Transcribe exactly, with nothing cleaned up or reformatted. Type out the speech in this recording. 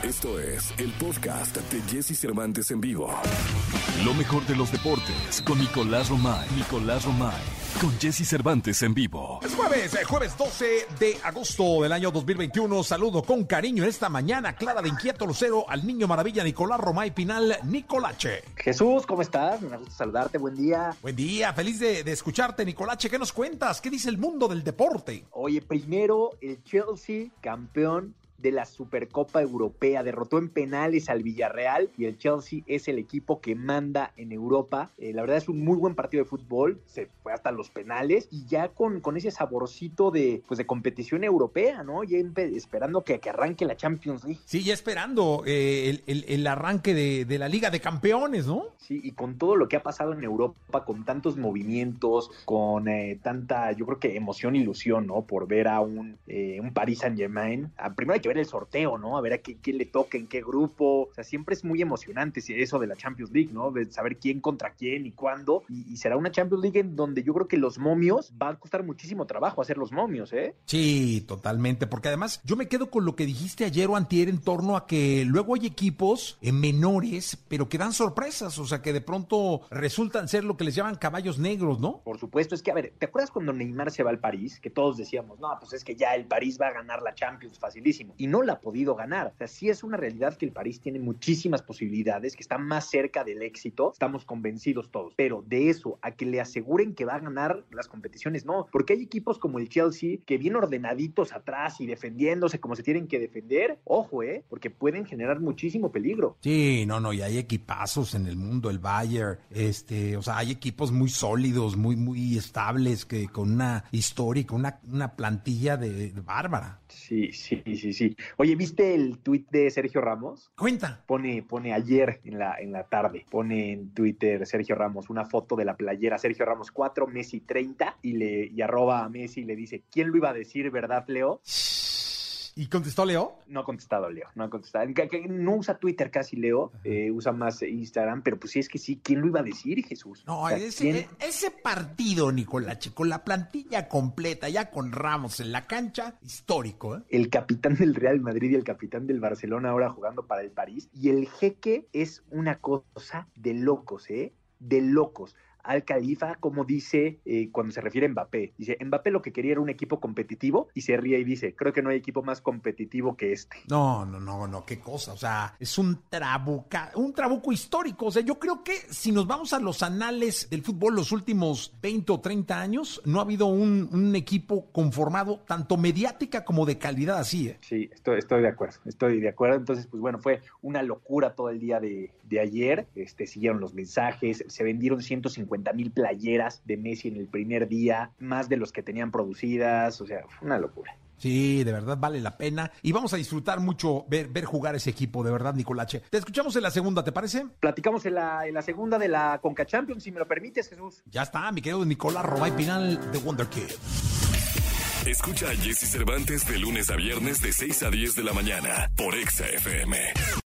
Esto es el podcast de Jesse Cervantes en vivo. Lo mejor de los deportes con Nicolás Romay. Nicolás Romay. Con Jesse Cervantes en vivo. Es jueves, eh, jueves doce de agosto del año dos mil veintiuno. Saludo con cariño en esta mañana clara de inquieto lucero al niño maravilla Nicolás Romay Pinal Nicolache. Jesús, ¿cómo estás? Me gusta saludarte, buen día. Buen día, feliz de, de escucharte, Nicolache. ¿Qué nos cuentas? ¿Qué dice el mundo del deporte? Oye, primero el Chelsea, campeón de la Supercopa Europea, derrotó en penales al Villarreal y el Chelsea es el equipo que manda en Europa. Eh, la verdad es un muy buen partido de fútbol, se fue hasta los penales y ya con, con ese saborcito de, pues de competición europea, ¿no? Ya empe- esperando que, que arranque la Champions League. Sí, ya esperando eh, el, el, el arranque de, de la Liga de Campeones, ¿no? Sí, y con todo lo que ha pasado en Europa, con tantos movimientos, con eh, tanta, yo creo que emoción, ilusión, ¿no? Por ver a un, eh, un Paris Saint-Germain. Ah, primero hay que ver el sorteo, ¿no? A ver a qué, quién le toca, en qué grupo. O sea, siempre es muy emocionante eso de la Champions League, ¿no? De saber quién contra quién y cuándo. Y, y será una Champions League en donde yo creo que los momios va a costar muchísimo trabajo hacer los momios, ¿eh? Sí, totalmente, porque además yo me quedo con lo que dijiste ayer o antier en torno a que luego hay equipos eh, menores, pero que dan sorpresas, o sea, que de pronto resultan ser lo que les llaman caballos negros, ¿no? Por supuesto, es que, a ver, ¿te acuerdas cuando Neymar se va al París? Que todos decíamos, no, pues es que ya el París va a ganar la Champions facilísimo. Y no la ha podido ganar. O sea, sí es una realidad que el París tiene muchísimas posibilidades, que está más cerca del éxito, estamos convencidos todos. Pero de eso, a que le aseguren que va a ganar las competiciones, no. Porque hay equipos como el Chelsea, que bien ordenaditos atrás y defendiéndose como se tienen que defender, ojo, ¿eh? Porque pueden generar muchísimo peligro. Sí, no, no, y hay equipazos en el mundo, el Bayern, este, o sea, hay equipos muy sólidos, muy, muy estables, que con una historia, con una, una plantilla de, de bárbara. Sí, sí, sí, sí. Oye, ¿viste el tuit de Sergio Ramos? Cuenta. Pone, pone ayer en la, en la tarde, pone en Twitter Sergio Ramos una foto de la playera Sergio Ramos cuatro, Messi treinta, y le y arroba a Messi y le dice, ¿quién lo iba a decir, verdad, Leo? ¿Y contestó Leo? No ha contestado Leo, no ha contestado. No usa Twitter casi Leo, eh, usa más Instagram, pero pues sí es que sí, ¿quién lo iba a decir, Jesús? No, o sea, ese, ese partido, Nicolache, con la plantilla completa, ya con Ramos en la cancha, histórico, ¿eh? El capitán del Real Madrid y el capitán del Barcelona ahora jugando para el París, y el jeque es una cosa de locos, ¿eh? De locos. Al Khalifa, como dice eh, cuando se refiere a Mbappé. Dice, Mbappé lo que quería era un equipo competitivo y se ríe y dice, creo que no hay equipo más competitivo que este. No, no, no, no, qué cosa. O sea, es un trabuca, un trabuco histórico. O sea, yo creo que si nos vamos a los anales del fútbol los últimos veinte o treinta años, no ha habido un, un equipo conformado tanto mediática como de calidad así, ¿eh? Sí, estoy, estoy de acuerdo, estoy de acuerdo. Entonces, pues bueno, fue una locura todo el día de, de ayer. Este, siguieron los mensajes, se vendieron ciento cincuenta mil playeras de Messi en el primer día, más de los que tenían producidas, o sea, fue una locura. Sí, de verdad vale la pena y vamos a disfrutar mucho ver, ver jugar ese equipo, de verdad, Nicolache. Te escuchamos en la segunda, ¿te parece? Platicamos en la, en la segunda de la Conca Champions, si me lo permites, Jesús. Ya está, mi querido Nicolás Romay Pinal de Wonder Kid. Escucha a Jesse Cervantes de lunes a viernes de seis a diez de la mañana por Exa F M.